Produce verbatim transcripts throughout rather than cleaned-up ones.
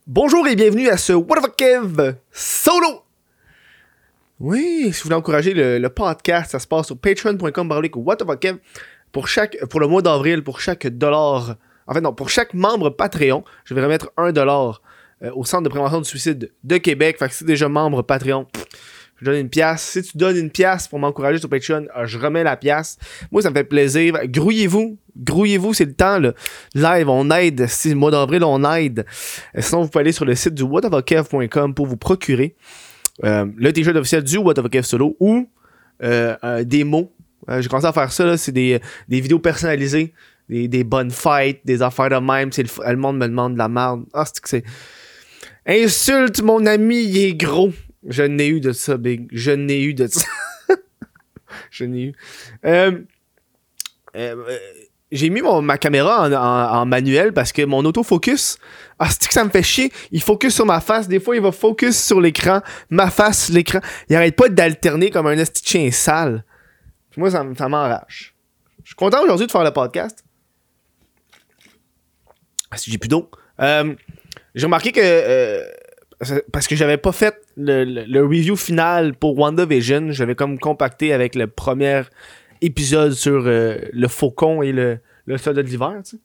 Bonjour et bienvenue à ce What the fuck Kev solo! Oui, si vous voulez encourager le, le podcast, ça se passe sur patreon point com slash what the fuck Kev pour chaque pour le mois d'avril, pour chaque dollar. En fait non, pour chaque membre Patreon, je vais remettre un dollar euh, au Centre de prévention du suicide de Québec. Fait que si tu es déjà membre Patreon, pff, je donne une pièce. Si tu donnes une pièce pour m'encourager sur Patreon, euh, je remets la pièce. Moi, ça me fait plaisir. Grouillez-vous. Grouillez-vous, c'est le temps. Là. Live, on aide. Si le mois d'avril, on aide. Euh, sinon, vous pouvez aller sur le site du what the fuck kev point com pour vous procurer euh, le t-shirt officiel du What the fuck Kev solo ou euh, euh, des mots. Euh, j'ai commencé à faire ça. Là, c'est des, des vidéos personnalisées. Des, des bonnes fights, des affaires de même. C'est le, le monde me demande de la merde. Ah, c'est que c'est... Insulte mon ami, il est gros. Je n'ai eu de ça, Big. Je n'ai eu de ça. Je n'ai eu. Euh, euh, j'ai mis mon, ma caméra en, en, en manuel parce que mon autofocus, ah, c'est que ça me fait chier. Il focus sur ma face. Des fois, il va focus sur l'écran. Ma face, l'écran. Il arrête pas d'alterner comme un esti de chien sale. Puis moi, ça, ça m'enrage. Je suis content aujourd'hui de faire le podcast. Ah, si j'ai plus d'eau. Euh, j'ai remarqué que... Euh, parce que j'avais pas fait le, le, le review final pour WandaVision. J'avais comme compacté avec le premier épisode sur euh, le faucon et le, le soldat de l'hiver, tu sais.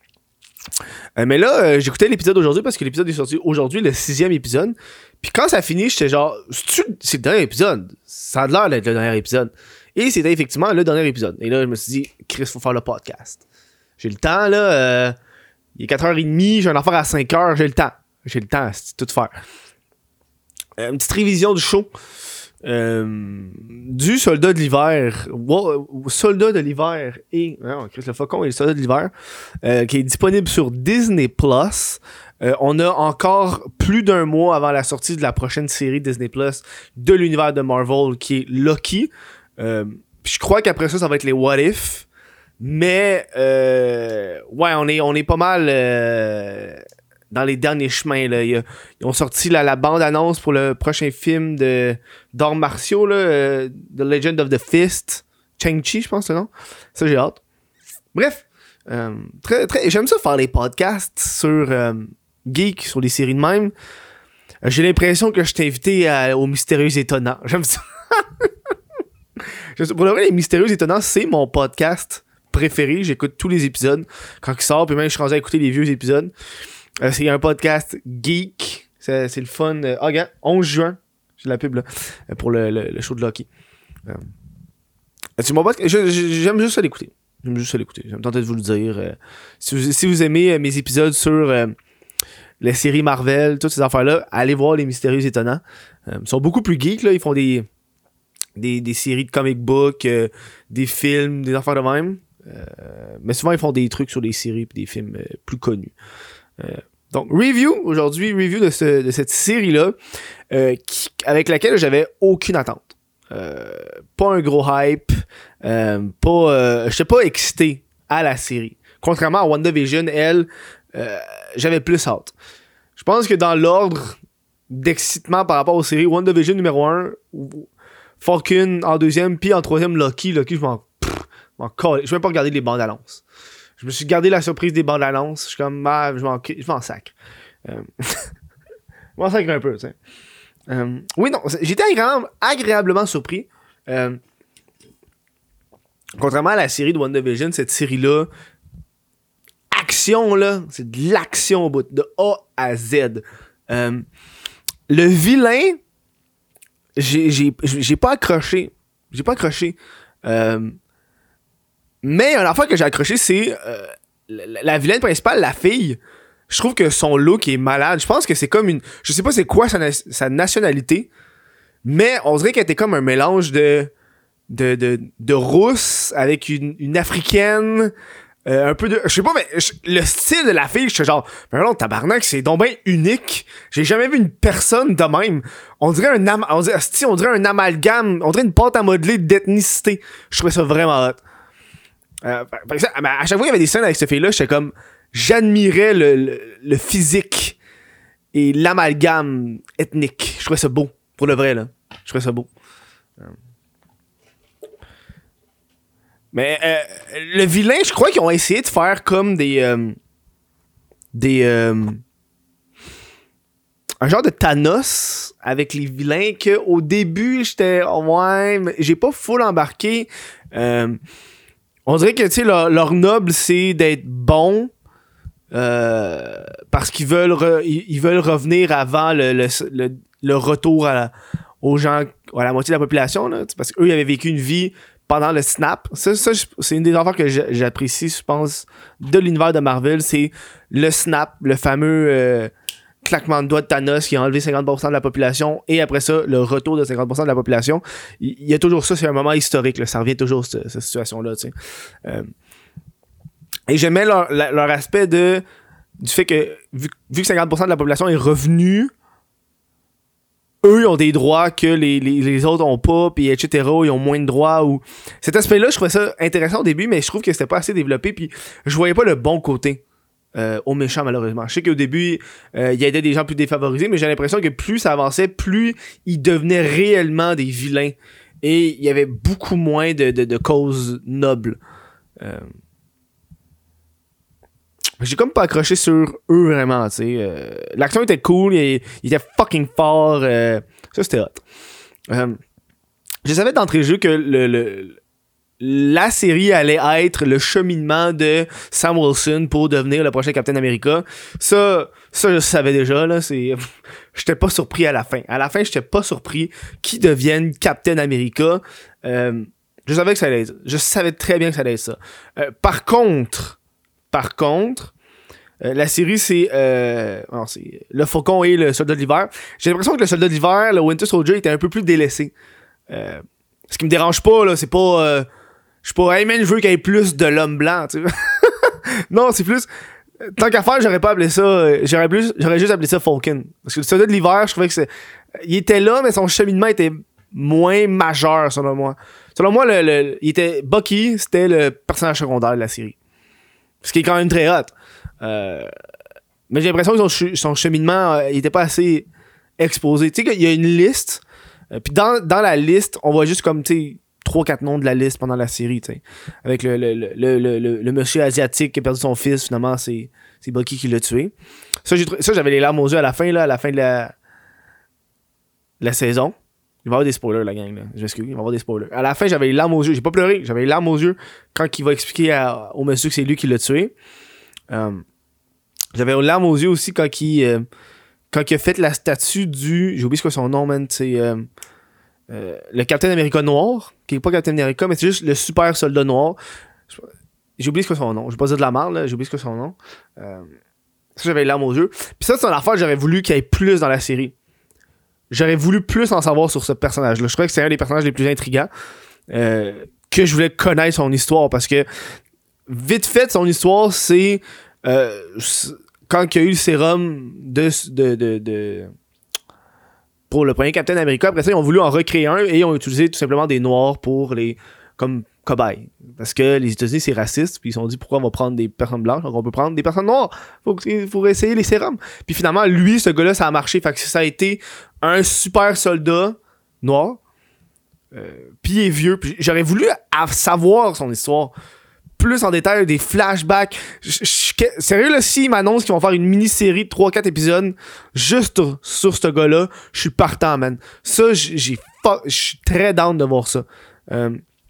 Euh, mais là, euh, j'écoutais l'épisode aujourd'hui parce que l'épisode est sorti aujourd'hui, le sixième épisode. Puis quand ça finit, j'étais genre, c'est le dernier épisode. Ça a l'air d'être le dernier épisode. Et c'était effectivement le dernier épisode. Et là, je me suis dit, Chris, faut faire le podcast. J'ai le temps, là. Euh, il est quatre heures trente, j'ai un affaire à cinq heures, j'ai le temps. J'ai le temps, c'est tout faire. Euh, une petite révision du show. Euh, du soldat de l'hiver. Wow, soldat de l'hiver et. Non, Chris le Faucon et le soldat de l'hiver. Euh, qui est disponible sur Disney Plus. Euh, on a encore plus d'un mois avant la sortie de la prochaine série Disney Plus de l'univers de Marvel qui est Loki. Euh, je crois qu'après ça, ça va être les What If. Mais euh, ouais, on est, on est pas mal. Euh, dans les derniers chemins, là. Ils, ils ont sorti la, la bande-annonce pour le prochain film de d'arts martiaux, là, euh, The Legend of the Fist. Shang-Chi, je pense, le nom. Ça, j'ai hâte. Bref, euh, très, très, j'aime ça faire les podcasts sur euh, Geek, sur les séries de même. Euh, j'ai l'impression que je t'ai invité à, aux Mystérieux Étonnants. J'aime ça. Pour le vrai, les Mystérieux Étonnants, c'est mon podcast préféré. J'écoute tous les épisodes quand ils sortent, puis même je suis rendu à écouter les vieux épisodes. Euh, c'est un podcast geek. C'est, c'est le fun. Ah, oh, regarde, onze juin. J'ai la pub là. Pour le, le, le show de Loki. Euh, c'est mon podcast. Je, je, j'aime juste ça l'écouter. J'aime juste ça l'écouter. J'aime tenter de vous le dire. Euh, si, vous, si vous aimez euh, mes épisodes sur euh, les séries Marvel, toutes ces affaires-là, allez voir les Mystérieux Étonnants. Euh, ils sont beaucoup plus geeks, là. Ils font des, des, des séries de comic book, euh, des films, des affaires de même. Euh, mais souvent, ils font des trucs sur des séries et des films euh, plus connus. Euh, donc, review, aujourd'hui, review de, ce, de cette série-là, euh, qui, avec laquelle j'avais aucune attente. Euh, pas un gros hype, euh, pas, euh, j'étais pas excité à la série. Contrairement à WandaVision, elle, euh, j'avais plus hâte. Je pense que dans l'ordre d'excitement par rapport aux séries, WandaVision numéro un, Falcon en deuxième, puis en troisième, Loki. Loki, je m'en... Pff, m'en colle. Je vais même pas regarder les bandes annonces. Je me suis gardé la surprise des bandes annonces. Je suis comme, ah, je m'en, je m'en sacre. Euh, je m'en sacre un peu, tu sais. Euh, oui, non, j'étais agréable, agréablement surpris. Euh, contrairement à la série de WandaVision, cette série-là, action, là, c'est de l'action au bout, de A à Z. Euh, le vilain, j'ai, j'ai, j'ai pas accroché. J'ai pas accroché. Euh, Mais une affaire que j'ai accroché, c'est euh, la, la vilaine principale, la fille. Je trouve que son look est malade. Je pense que c'est comme une... Je sais pas c'est quoi sa, na- sa nationalité, mais on dirait qu'elle était comme un mélange de de, de, de rousse avec une, une africaine, euh, un peu de... Je sais pas, mais je, le style de la fille, je suis genre... Mais non, tabarnak, c'est donc bien unique. J'ai jamais vu une personne de même. On dirait un, am- on dirait, on dirait un amalgame, on dirait une pâte à modeler d'ethnicité. Je trouvais ça vraiment hot. Euh, par exemple, à chaque fois qu'il y avait des scènes avec cette fille-là, j'étais comme... J'admirais le, le, le physique et l'amalgame ethnique. Je trouvais ça beau. Pour le vrai, là. Je trouvais ça beau. Mais euh, le vilain, je crois qu'ils ont essayé de faire comme des... Euh, des... Euh, un genre de Thanos avec les vilains que au début j'étais ouais mais j'ai pas full embarqué. Euh, on dirait que tu sais leur, leur noble c'est d'être bon euh, parce qu'ils veulent re, ils, ils veulent revenir avant le, le, le, le retour à la, aux gens à la moitié de la population là, parce qu'eux ils avaient vécu une vie pendant le snap. Ça, ça c'est une des affaires que j'apprécie je pense de l'univers de Marvel, c'est le snap, le fameux euh, claquement de doigts de Thanos qui a enlevé cinquante pour cent de la population et après ça, le retour de cinquante pour cent de la population. Il, il y a toujours ça, c'est un moment historique, là, ça revient toujours cette, cette situation-là. Tu sais. Euh, et j'aimais leur, leur aspect de du fait que vu, vu que cinquante pour cent de la population est revenue, eux ils ont des droits que les, les, les autres ont pas, puis et cetera. Ils ont moins de droits. Ou... Cet aspect-là, je trouvais ça intéressant au début, mais je trouve que c'était pas assez développé, puis je voyais pas le bon côté. Euh, aux méchants malheureusement. Je sais qu'au début euh, il y avait des gens plus défavorisés, mais j'ai l'impression que plus ça avançait, plus ils devenaient réellement des vilains et il y avait beaucoup moins de, de, de causes nobles. Euh... J'ai comme pas accroché sur eux vraiment, tu sais. Euh, l'action était cool, il, il était fucking fort, euh, ça c'était hot. Euh, je savais d'entrée de jeu que le, le la série allait être le cheminement de Sam Wilson pour devenir le prochain Captain America. Ça, ça je savais déjà, là. C'est... J'étais pas surpris à la fin. À la fin, j'étais pas surpris qu'il devienne Captain America. Euh, je savais que ça allait être... Je savais très bien que ça allait être ça. Euh, par contre, par contre, euh, la série, c'est, euh, non, c'est le Faucon et le Soldat de l'hiver. J'ai l'impression que le Soldat de l'hiver, le Winter Soldier, était un peu plus délaissé. Euh, ce qui me dérange pas, là, c'est pas... Euh, Je suis pas, hey man, je veux qu'il y ait plus de l'homme blanc, tu sais. Non, c'est plus. Tant qu'à faire, j'aurais pas appelé ça. J'aurais plus. J'aurais juste appelé ça Falcon. Parce que le soldat de l'hiver, je trouvais que c'est. Il était là, mais son cheminement était moins majeur, selon moi. Selon moi, le, le, il était. Bucky, c'était le personnage secondaire de la série. Ce qui est quand même très hot. Euh, mais j'ai l'impression que son, son cheminement, euh, il était pas assez exposé. Tu sais qu'il y a une liste. Euh, Puis dans, dans la liste, on voit juste comme, tu sais, trois quatre noms de la liste pendant la série, tu sais. Avec le, le, le, le, le, le monsieur asiatique qui a perdu son fils, finalement, c'est, c'est Bucky qui l'a tué. Ça, j'ai, ça, j'avais les larmes aux yeux à la fin, là, à la fin de la, la saison. Il va y avoir des spoilers, la gang, là. Je m'excuse, il va y avoir des spoilers. À la fin, j'avais les larmes aux yeux. J'ai pas pleuré, j'avais les larmes aux yeux quand il va expliquer à, au monsieur que c'est lui qui l'a tué. Euh, j'avais les larmes aux yeux aussi quand il, euh, quand il a fait la statue du... J'ai oublié ce que son nom, man. C'est... Euh, Euh, le Captain America noir, qui est pas Captain America, mais c'est juste le super soldat noir. J'ai oublié ce que son nom. Je vais pas dire de la merde, là. J'ai oublié ce que son nom. Euh, ça, j'avais les larmes aux yeux. Puis ça, c'est une affaire, j'aurais voulu qu'il y ait plus dans la série. J'aurais voulu plus en savoir sur ce personnage-là. Je trouvais que c'est un des personnages les plus intrigants. Euh, que je voulais connaître son histoire. Parce que, vite fait, son histoire, c'est euh, quand il y a eu le sérum de... de, de, de pour le premier Captain America. Après ça, ils ont voulu en recréer un et ils ont utilisé tout simplement des noirs pour les comme cobayes. Parce que les États-Unis, c'est raciste. Puis ils se sont dit pourquoi on va prendre des personnes blanches, donc on peut prendre des personnes noires. Faut, faut essayer les sérums. Puis finalement, lui, ce gars-là, ça a marché. Fait que ça a été un super soldat noir. Euh, puis il est vieux. Puis j'aurais voulu savoir son histoire plus en détail, des flashbacks. Je, je, sérieux, là, s'ils m'annoncent qu'ils vont faire une mini-série de trois quatre épisodes juste sur ce gars-là, je suis partant, man. Ça, j'ai je suis très down de voir ça. Euh,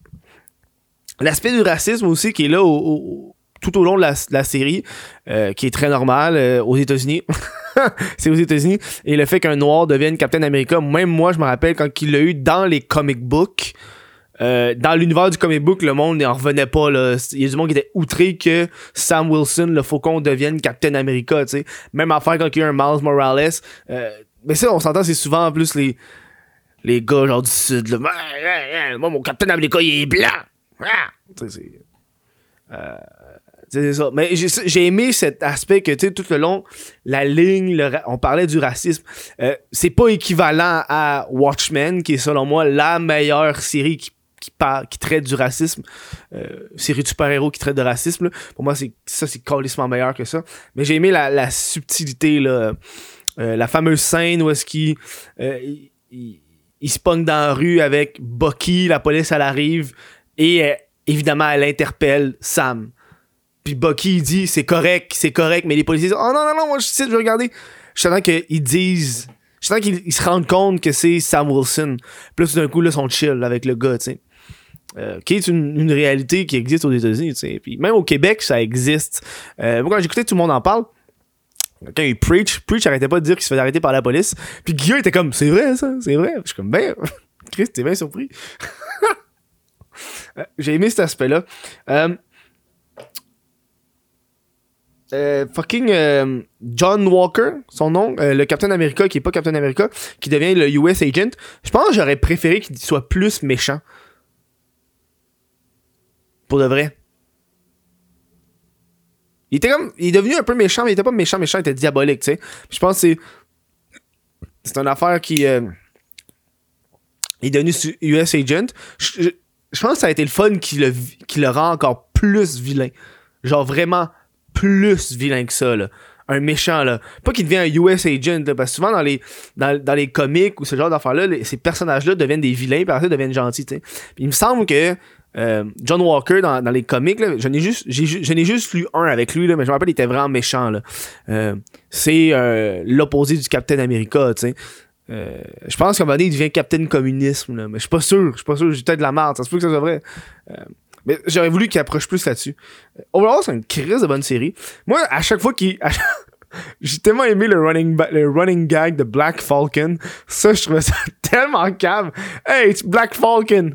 l'aspect du racisme aussi qui est là au, au, tout au long de la, la série, euh, qui est très normal euh, aux États-Unis. C'est aux États-Unis. Et le fait qu'un noir devienne Captain America, même moi, je me rappelle quand il l'a eu dans les comic books. Euh, dans l'univers du comic book, le monde n'en revenait pas, là. Il y a du monde qui était outré que Sam Wilson, le Faucon, devienne Captain America, tu sais. Même affaire quand il y a un Miles Morales. Euh, mais ça, on s'entend, c'est souvent en plus les, les gars genre du Sud, là. Moi, mon Captain America, il est blanc. Tu sais, c'est... Euh, c'est ça. Mais j'ai, j'ai aimé cet aspect que, tu sais, tout le long, la ligne, le, on parlait du racisme. Euh, c'est pas équivalent à Watchmen, qui est selon moi la meilleure série qui Qui, par, qui traite du racisme, euh, série de super-héros qui traite de racisme, là. Pour moi, c'est, ça, c'est calissement meilleur que ça. Mais j'ai aimé la, la subtilité, là. Euh, la fameuse scène où est-ce qu'il euh, il, il, il se pogne dans la rue avec Bucky, la police, elle arrive, et euh, évidemment, elle interpelle Sam. Puis Bucky, il dit, c'est correct, c'est correct, mais les policiers disent, oh non, non, non, moi, je sais, je vais regarder. J'attends qu'ils disent... J'attends qu'ils ils se rendent compte que c'est Sam Wilson. Puis là, tout d'un coup, là, ils sont chill avec le gars, tu sais. Euh, qui est une, une réalité qui existe aux États-Unis, tu sais. Puis même au Québec, ça existe. Euh, moi, quand j'écoutais Tout le monde en parle, quand il preach, preach arrêtait pas de dire qu'il se fait arrêter par la police. Puis Guillaume était comme, c'est vrai, ça, c'est vrai. Je suis comme, ben, Chris, t'es bien surpris. J'ai aimé cet aspect-là. Euh, Euh, fucking euh, John Walker, son nom, euh, le Captain America qui est pas Captain America, qui devient le U S Agent. Je pense que j'aurais préféré qu'il soit plus méchant. Pour de vrai. Il était comme, il est devenu un peu méchant, mais il était pas méchant, méchant, il était diabolique, tu sais. Je pense que c'est, c'est une affaire qui, euh, il est devenu U S Agent. Je, je, je pense que ça a été le fun qui le, qui le rend encore plus vilain. Genre vraiment plus vilain que ça, là. Un méchant, là. Pas qu'il devient un U S Agent, là, parce que souvent dans les, dans, dans les comics ou ce genre d'affaires-là, les, ces personnages-là deviennent des vilains, puis après, deviennent gentils, tu sais. Il me semble que euh, John Walker, dans, dans les comics, là, j'en ai juste, j'ai, j'en ai juste lu un avec lui, là, mais je me rappelle, il était vraiment méchant, là. Euh, c'est euh, l'opposé du Captain America, tu sais. Euh, je pense qu'à un moment donné, il devient Captain Communisme, là, mais je suis pas sûr, je suis pas sûr, j'ai peut-être de la merde, ça se peut que ça soit vrai. Euh, Mais j'aurais voulu qu'il approche plus là-dessus. Overall, c'est une crise de bonne série. Moi, à chaque fois qu'il... Chaque... J'ai tellement aimé le running, ba... le running gag de Black Falcon. Ça, je trouvais ça tellement calme. Hey, it's Black Falcon!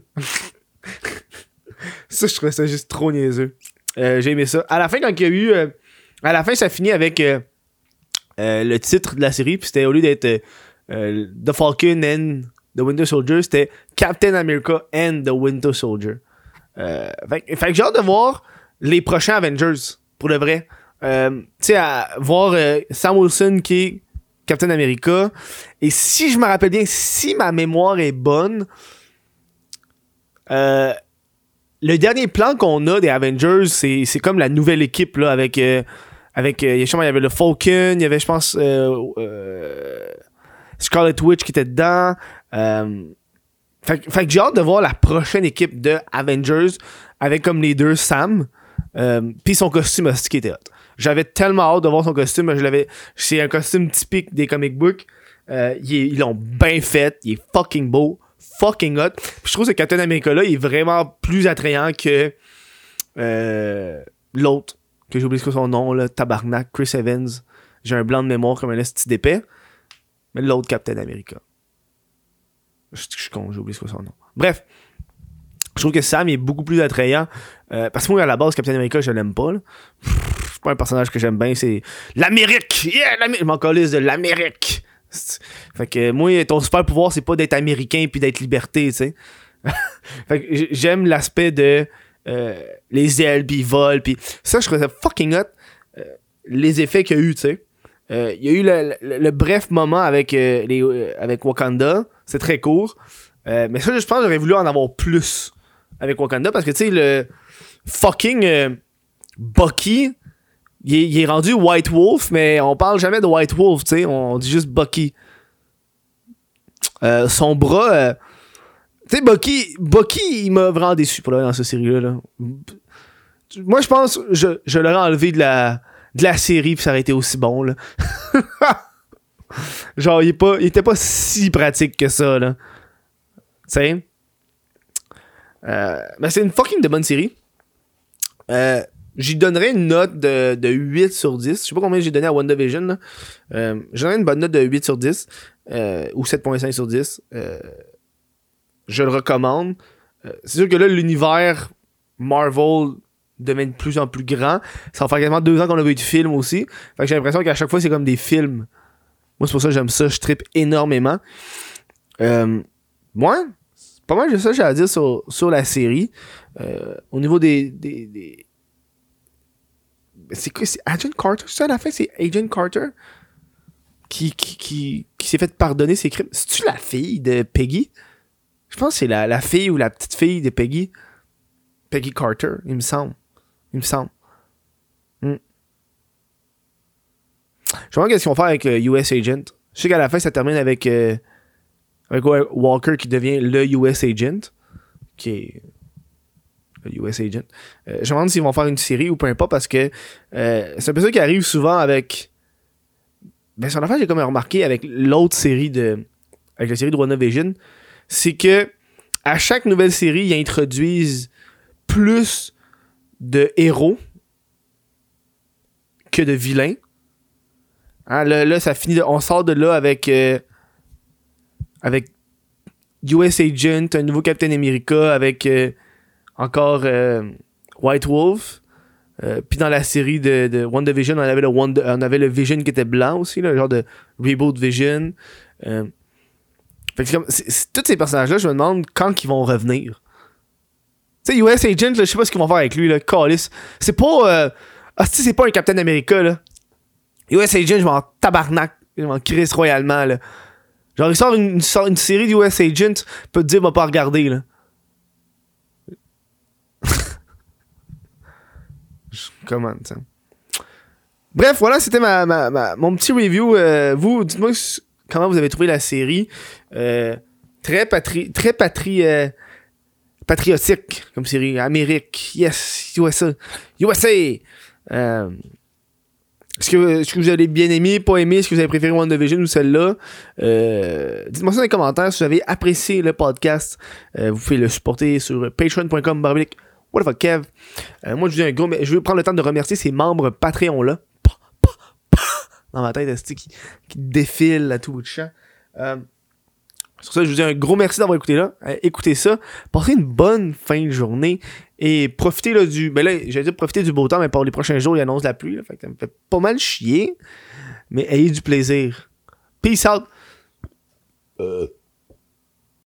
Ça, je trouvais ça juste trop niaiseux. Euh, j'ai aimé ça. À la fin, quand il y a eu... Euh... À la fin, ça finit avec euh... Euh, le titre de la série. Puis c'était, au lieu d'être euh, The Falcon and The Winter Soldier, c'était Captain America and The Winter Soldier. Euh, fait, fait que j'ai hâte de voir les prochains Avengers, pour le vrai. Euh, tu sais, à voir euh, Sam Wilson qui est Captain America. Et si je me rappelle bien, si ma mémoire est bonne, euh, le dernier plan qu'on a des Avengers, c'est, c'est comme la nouvelle équipe, là, avec... Euh, avec euh, il y avait le Falcon, il y avait, je pense, euh, euh, Scarlet Witch qui était dedans. Euh, Fait, fait que j'ai hâte de voir la prochaine équipe de Avengers avec comme les deux Sam euh, puis son costume aussi qui était hot. J'avais tellement hâte de voir son costume. Je l'avais, c'est un costume typique des comic books. Euh, ils, ils l'ont bien fait. Il est fucking beau. Fucking hot. Puis je trouve que ce Captain America là il est vraiment plus attrayant que euh, l'autre que j'ai oublié son nom là, tabarnak, Chris Evans. J'ai un blanc de mémoire comme un esti d'épais. Mais l'autre Captain America. Je, je suis con, j'ai oublié ce que son nom. Bref, je trouve que Sam est beaucoup plus attrayant. Euh, parce que moi, à la base, Captain America, je l'aime pas. Là. Pff, c'est pas un personnage que j'aime bien, c'est l'Amérique! Yeah! L'Amérique! Je m'en calisse de l'Amérique! Fait que moi, ton super pouvoir, c'est pas d'être américain puis d'être liberté, tu sais. Fait que j'aime l'aspect de euh, les ailes pis vol pis ça, je trouvais ça fucking hot. Euh, les effets qu'il y a eu, tu sais. Il euh, y a eu le, le, le bref moment avec, euh, les, euh, avec Wakanda. C'est très court. Euh, mais ça, je pense que j'aurais voulu en avoir plus avec Wakanda. Parce que, tu sais, le fucking euh, Bucky, il est, il est rendu White Wolf, mais on parle jamais de White Wolf, tu sais. On dit juste Bucky. Euh, son bras... Euh, tu sais, Bucky, Bucky, il m'a vraiment déçu pour le dans cette série-là. Là. Moi, je pense je, je l'aurais enlevé de la... de la série pis ça aurait été aussi bon là. Genre il est pas il était pas si pratique que ça là. Tu sais. Euh, mais c'est une fucking de bonne série. Euh, j'y donnerais une note de, de huit sur dix. Je sais pas combien j'ai donné à WandaVision là. Euh, j'ai donné une bonne note de huit sur dix euh, ou sept virgule cinq sur dix. Euh, je le recommande. Euh, c'est sûr que là l'univers Marvel devient de plus en plus grand. Ça va faire quasiment deux ans qu'on a vu du film aussi. Fait que j'ai l'impression qu'à chaque fois, c'est comme des films. Moi, c'est pour ça que j'aime ça. Je trippe énormément. Euh, moi, c'est pas mal de ça que j'ai à dire sur, sur la série. Euh, au niveau des... des, des... C'est quoi? C'est Agent Carter? C'est ça, à la fin, c'est Agent Carter qui, qui, qui, qui s'est fait pardonner ses crimes. C'est-tu la fille de Peggy? Je pense que c'est la, la fille ou la petite fille de Peggy. Peggy Carter, il me semble. Il me semble. Hmm. Je me demande qu'est-ce qu'ils vont faire avec le U S Agent. Je sais qu'à la fin, ça termine avec, euh, avec Walker qui devient le U S Agent. Qui est le U S Agent. Euh, je me demande s'ils vont faire une série ou peu importe parce que euh, c'est un peu ça qui arrive souvent avec Ben, son affaire, j'ai comme remarqué avec l'autre série de. Avec la série de WandaVision, c'est que à chaque nouvelle série, ils introduisent plus de héros que de vilains. Hein, là, là, ça finit de, on sort de là avec euh, avec U S Agent, un nouveau Captain America, avec euh, encore euh, White Wolf. Euh, Puis dans la série de, de WandaVision, on avait le Wanda, on avait le Vision qui était blanc aussi, là, genre de Reboot Vision. Euh, fait que c'est comme, c'est, c'est, tous ces personnages-là, je me demande quand ils vont revenir. Tu sais, U S Agent, là, je sais pas ce qu'ils vont faire avec lui, là, Callis. C'est pas. Euh, ah, si c'est pas un Captain America, là. U S Agent, je m'en tabarnak. Je m'en crisse royalement, là. Genre, il sort une, une, une série de U S Agent, peut te dire, va pas regarder, là. Comment, ça? Bref, voilà, c'était ma, ma, ma, mon petit review. Euh, vous, dites-moi comment vous avez trouvé la série. Euh, très patri, très patri, euh, patriotique comme série. Amérique, yes, U S A. U S A! Euh, est-ce, que, est-ce que vous avez bien aimé, pas aimé? Est-ce que vous avez préféré WandaVision ou celle-là? Euh, dites-moi ça dans les commentaires. Si vous avez apprécié le podcast, euh, vous pouvez le supporter sur patreon point com slash what the fuck Kev. Euh, moi, je vous dis un gros. Je vais prendre le temps de remercier ces membres Patreon-là. Dans ma tête, c'est qui, qui défile à tout bout de champ. Euh, sur ça, je vous dis un gros merci d'avoir écouté là. Euh, écoutez ça. Passez une bonne fin de journée. Et profitez là, du. Ben là, j'allais dire profiter du beau temps, mais pour les prochains jours, il annonce la pluie. Là, fait que ça me fait pas mal chier. Mais ayez du plaisir. Peace out. Euh.